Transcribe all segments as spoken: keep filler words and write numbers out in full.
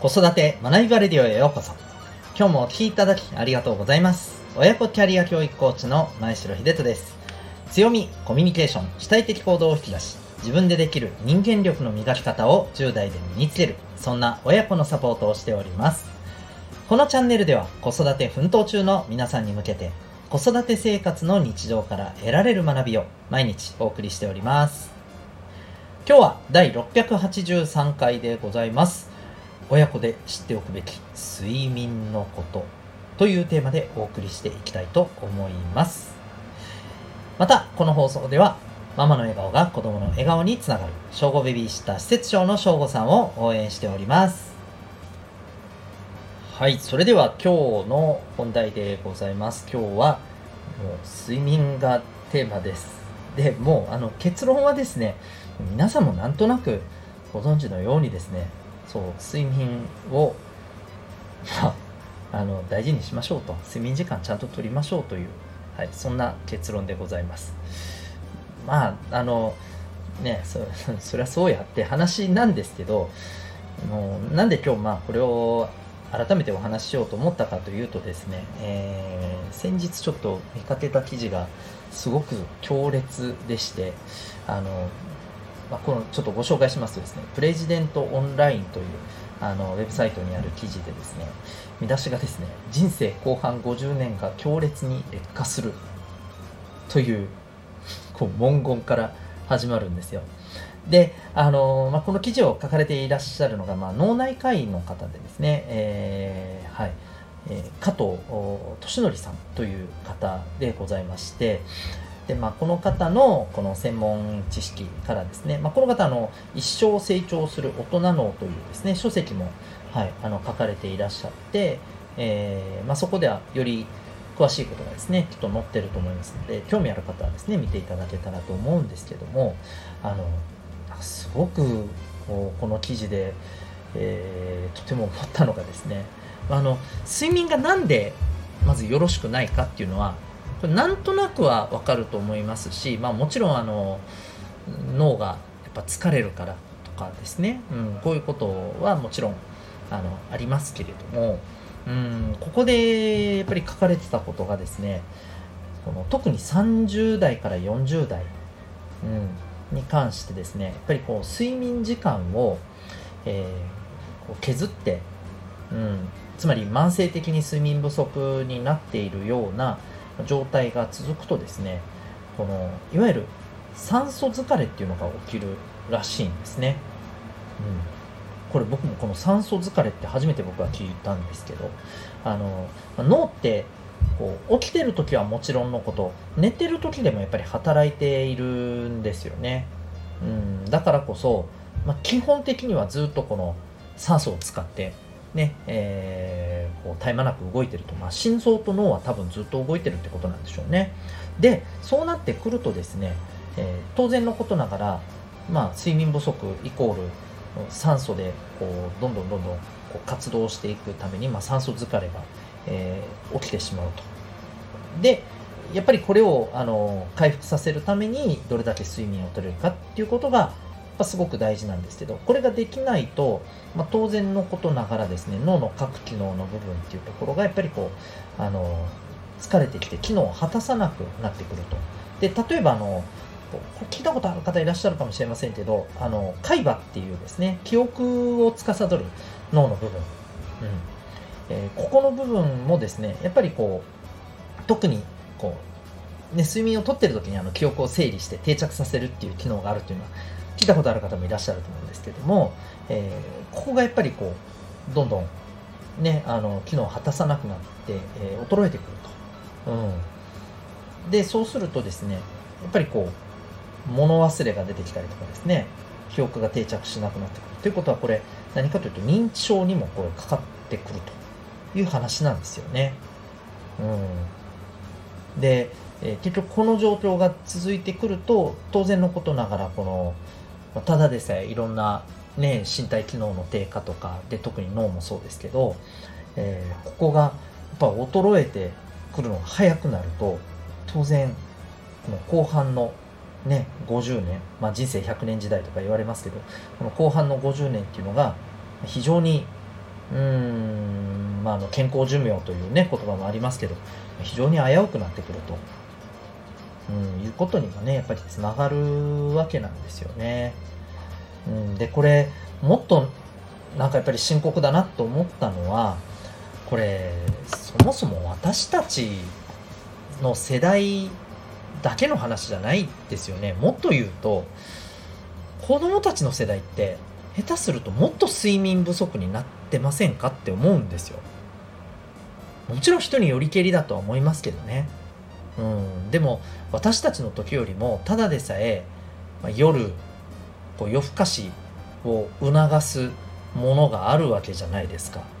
子育て学びバレディオへようこそ。今日もお聞きいただきありがとうございます。親子キャリア教育コーチの前城秀人です。強み、コミュニケーション、主体的行動を引き出し、自分でできる人間力の磨き方をじゅう代で身につける、そんな親子のサポートをしております。このチャンネルでは子育て奮闘中の皆さんに向けて、子育て生活の日常から得られる学びを毎日お送りしております。今日はだいろっぴゃくはちじゅうさんかいでございます。親子で知っておくべき睡眠のことというテーマでお送りしていきたいと思います。またこの放送ではママの笑顔が子供の笑顔につながる小5ベビーシッター施設長の小5さんを応援しております。はい、それでは今日の本題でございます。今日はもう睡眠がテーマです。で、もうあの結論はですね、皆さんもなんとなくご存知のようにですね、そう睡眠を、まあ、あの大事にしましょうと、睡眠時間ちゃんと取りましょうという、はい、そんな結論でございます。まああのね そ, そりゃそうやって話なんですけど、もうなんで今日まあこれを改めてお話ししようと思ったかというとですね、えー、先日ちょっと見かけた記事がすごく強烈でして、あのまあ、このちょっとご紹介しますとですね、プレジデントオンラインというあのウェブサイトにある記事でですね、見出しがですね、人生後半ごじゅうねんが強烈に劣化するという、こう文言から始まるんですよ。で、あのまあ、この記事を書かれていらっしゃるのが、まあ、脳内科医の方でですね、えーはいえー、加藤俊則さんという方でございまして、でまあ、この方のこの専門知識からですね、まあ、この方の一生成長する大人脳というですね書籍も、はい、あの書かれていらっしゃって、えーまあ、そこではより詳しいことがですねきっと載ってると思いますので、興味ある方はですね見ていただけたらと思うんですけども、あのすごくこの記事で、えー、とても思ったのがですね、あの睡眠がなんでまずよろしくないかっていうのはこれなんとなくはわかると思いますし、まあ、もちろんあの脳がやっぱ疲れるからとかですね、うん、こういうことはもちろんあのありますけれども、うん、ここでやっぱり書かれてたことがですね、この特にさんじゅう代からよんじゅう代、うん、に関してですね、やっぱりこう睡眠時間を、えー、こう削って、うん、つまり慢性的に睡眠不足になっているような状態が続くとですね、このいわゆる酸素疲れっていうのが起きるらしいんですね。うん、これ僕もこの酸素疲れって初めて僕は聞いたんですけど、あの脳ってこう起きてる時はもちろんのこと、寝てる時でもやっぱり働いているんですよね。うん、だからこそ、まあ、基本的にはずっとこの酸素を使ってね、えー、こう絶え間なく動いてると、まあ、心臓と脳は多分ずっと動いてるってことなんでしょうね。で、そうなってくるとですね、えー、当然のことながら、まあ、睡眠不足イコール酸素でこうどんどんどんどんこう活動していくために、まあ、酸素疲れが、えー、起きてしまうと。で、やっぱりこれをあの回復させるためにどれだけ睡眠を取れるかっていうことがすごく大事なんですけど、これができないと、まあ、当然のことながらですね、脳の各機能の部分っていうところがやっぱりこうあの疲れてきて機能を果たさなくなってくると。で、例えばあの聞いたことある方いらっしゃるかもしれませんけど、あの海馬っていうですね、記憶を司る脳の部分、うんえー、ここの部分もですね、やっぱりこう特にこう、ね、睡眠をとっている時にあの記憶を整理して定着させるっていう機能があるというのは聞いたことある方もいらっしゃると思うんですけども、えー、ここがやっぱりこうどんどんねあの機能を果たさなくなって、えー、衰えてくると、うん、でそうするとですね、やっぱりこう物忘れが出てきたりとかですね、記憶が定着しなくなってくるということは、これ何かというと認知症にもこれかかってくるという話なんですよね。うん、で、えー、結局この状況が続いてくると、当然のことながらこのただでさえいろんな、ね、身体機能の低下とかで、特に脳もそうですけど、えー、ここがやっぱ衰えてくるのが早くなると、当然この後半の、ね、ごじゅうねん、まあ、人生ひゃくねん時代とか言われますけど、この後半のごじゅうねんっていうのが非常にうーん、まあ、あの健康寿命というね言葉もありますけど、非常に危うくなってくると、うん、いうことにもねやっぱりつながるわけなんですよね。うん、でこれもっとなんかやっぱり深刻だなと思ったのは、これそもそも私たちの世代だけの話じゃないですよね。もっと言うと子供たちの世代って下手するともっと睡眠不足になってませんかって思うんですよ。もちろん人によりけりだとは思いますけどね。うん、でも私たちの時よりもただでさえ、まあ、夜こう夜更かしを促すものがあるわけじゃないですか。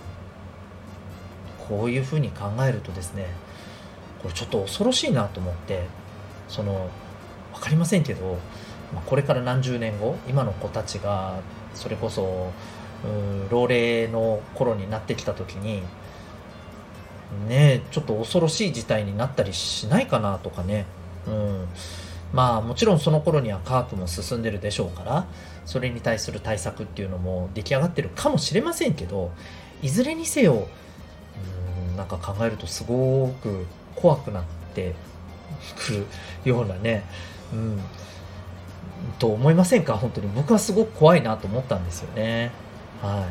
こういうふうに考えるとですね、これちょっと恐ろしいなと思って、その分かりませんけど、まあ、これから何十年後今の子たちがそれこそうん老齢の頃になってきた時にね、ちょっと恐ろしい事態になったりしないかなとかね。うん、まあもちろんその頃には科学も進んでるでしょうから、それに対する対策っていうのも出来上がってるかもしれませんけど、いずれにせよ、うん、なんか考えるとすごく怖くなってくるようなね、うん、と思いませんか？本当に僕はすごく怖いなと思ったんですよね。はい。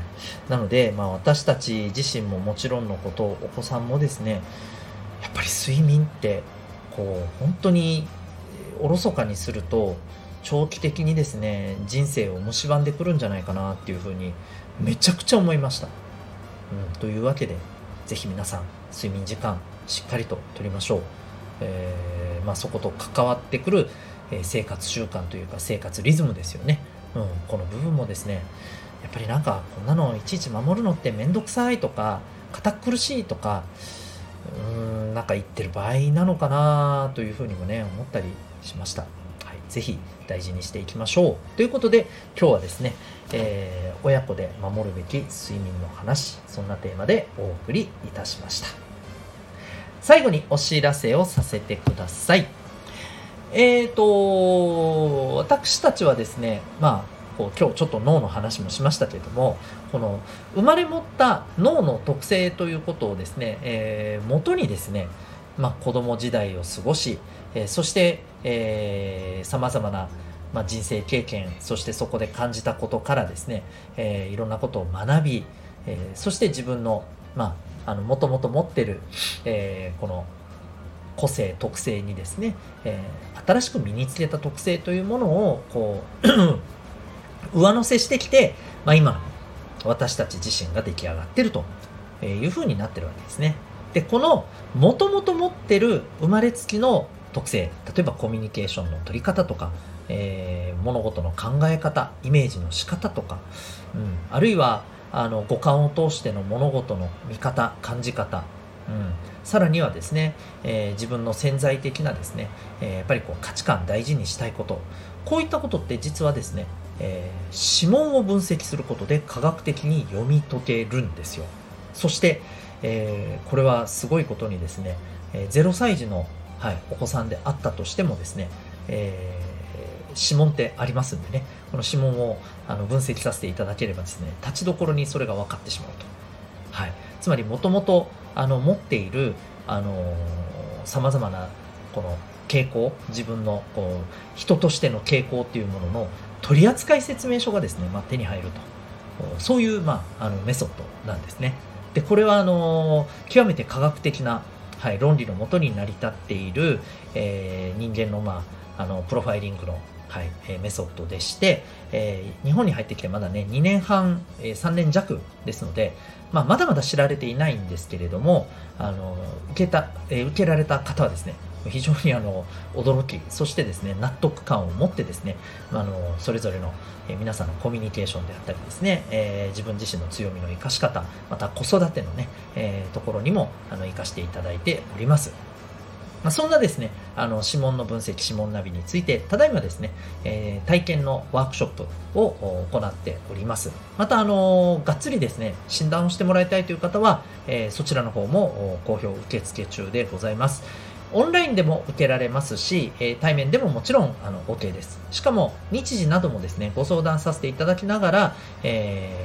なので、まあ、私たち自身ももちろんのこと、お子さんもですね、やっぱり睡眠って、こう、本当におろそかにすると、長期的にですね、人生を蝕んでくるんじゃないかなっていうふうに、めちゃくちゃ思いました。うん、というわけで、ぜひ皆さん、睡眠時間、しっかりと取りましょう。えーまあ、そこと関わってくる、えー生活習慣というか、生活リズムですよね。うん、この部分もですね、やっぱりなんかこんなのいちいち守るのってめんどくさいとか堅苦しいとか、うーんなんか言ってる場合なのかなというふうにもね思ったりしました。はい、ぜひ大事にしていきましょうということで、今日はですね、えー親子で守るべき睡眠の話、そんなテーマでお送りいたしました。最後にお知らせをさせてください。えーと私たちはですね、まあこう今日ちょっと脳の話もしましたけれども、この生まれ持った脳の特性ということをですね、えー元にですね、まあ、子供時代を過ごし、えーそして、えー、様々な、まあ、人生経験、そしてそこで感じたことからですね、えーいろんなことを学び、えーそして自分の、まあ、あの、もともと持ってる、えーこの個性、特性にですね、えー新しく身につけた特性というものを、こう、上乗せしてきて、まあ、今、私たち自身が出来上がってるという風になってるわけですね。で、この、もともと持ってる生まれつきの特性、例えばコミュニケーションの取り方とか、えー物事の考え方、イメージの仕方とか、うん、あるいは、あの、五感を通しての物事の見方、感じ方、うん、さらにはですね、えー自分の潜在的なですね、えーやっぱりこう価値観大事にしたいこと、こういったことって実はですね、えー指紋を分析することで科学的に読み解けるんですよ。そして、えーこれはすごいことにですね、えーゼロさい児の、はい、お子さんであったとしてもですね、えー指紋ってありますんでね、この指紋をあの分析させていただければですね、立ちどころにそれが分かってしまうと。はい、つまりもともとあの持っているあのさまざまなこの傾向、自分のこう人としての傾向っていうものの取扱説明書がですね、まあ、手に入ると、そういう、まあ、あのメソッドなんですね。でこれはあの極めて科学的な、はい、論理のもとに成り立っている、えー人間の,、まあ、あのプロファイリングの、はいえーメソッドでして、えー日本に入ってきてまだねにねんはん、えーさんねん弱ですので、まあ、まだまだ知られていないんですけれども、あの受けた、えー受けられた方はですね、非常にあの驚き、そしてですね納得感を持ってですね、あのそれぞれの、えー皆さんのコミュニケーションであったりですね、えー自分自身の強みの生かし方、また子育てのね、えーところにもあの生かしていただいております。まあ、そんなですね、あの指紋の分析、指紋ナビについて、ただいまですね、えー体験のワークショップをお行っております。また、あのがっつりですね、診断をしてもらいたいという方は、えーそちらの方もお好評受付中でございます。オンラインでも受けられますし、えー対面でももちろんあの OK です。しかも、日時などもですね、ご相談させていただきながら、えー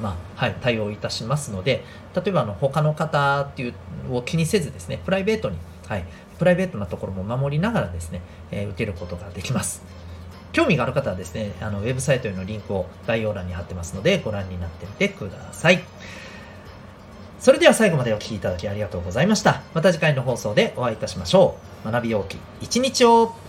まあ、はい、対応いたしますので、例えばあの他の方っていうを気にせずですね、プライベートに、はい、プライベートなところも守りながらですね、えー、受けることができます。興味がある方はですね、あのウェブサイトへのリンクを概要欄に貼ってますので、ご覧になってみてください。それでは最後までお聞きいただきありがとうございました。また次回の放送でお会いいたしましょう。学びようき一日を。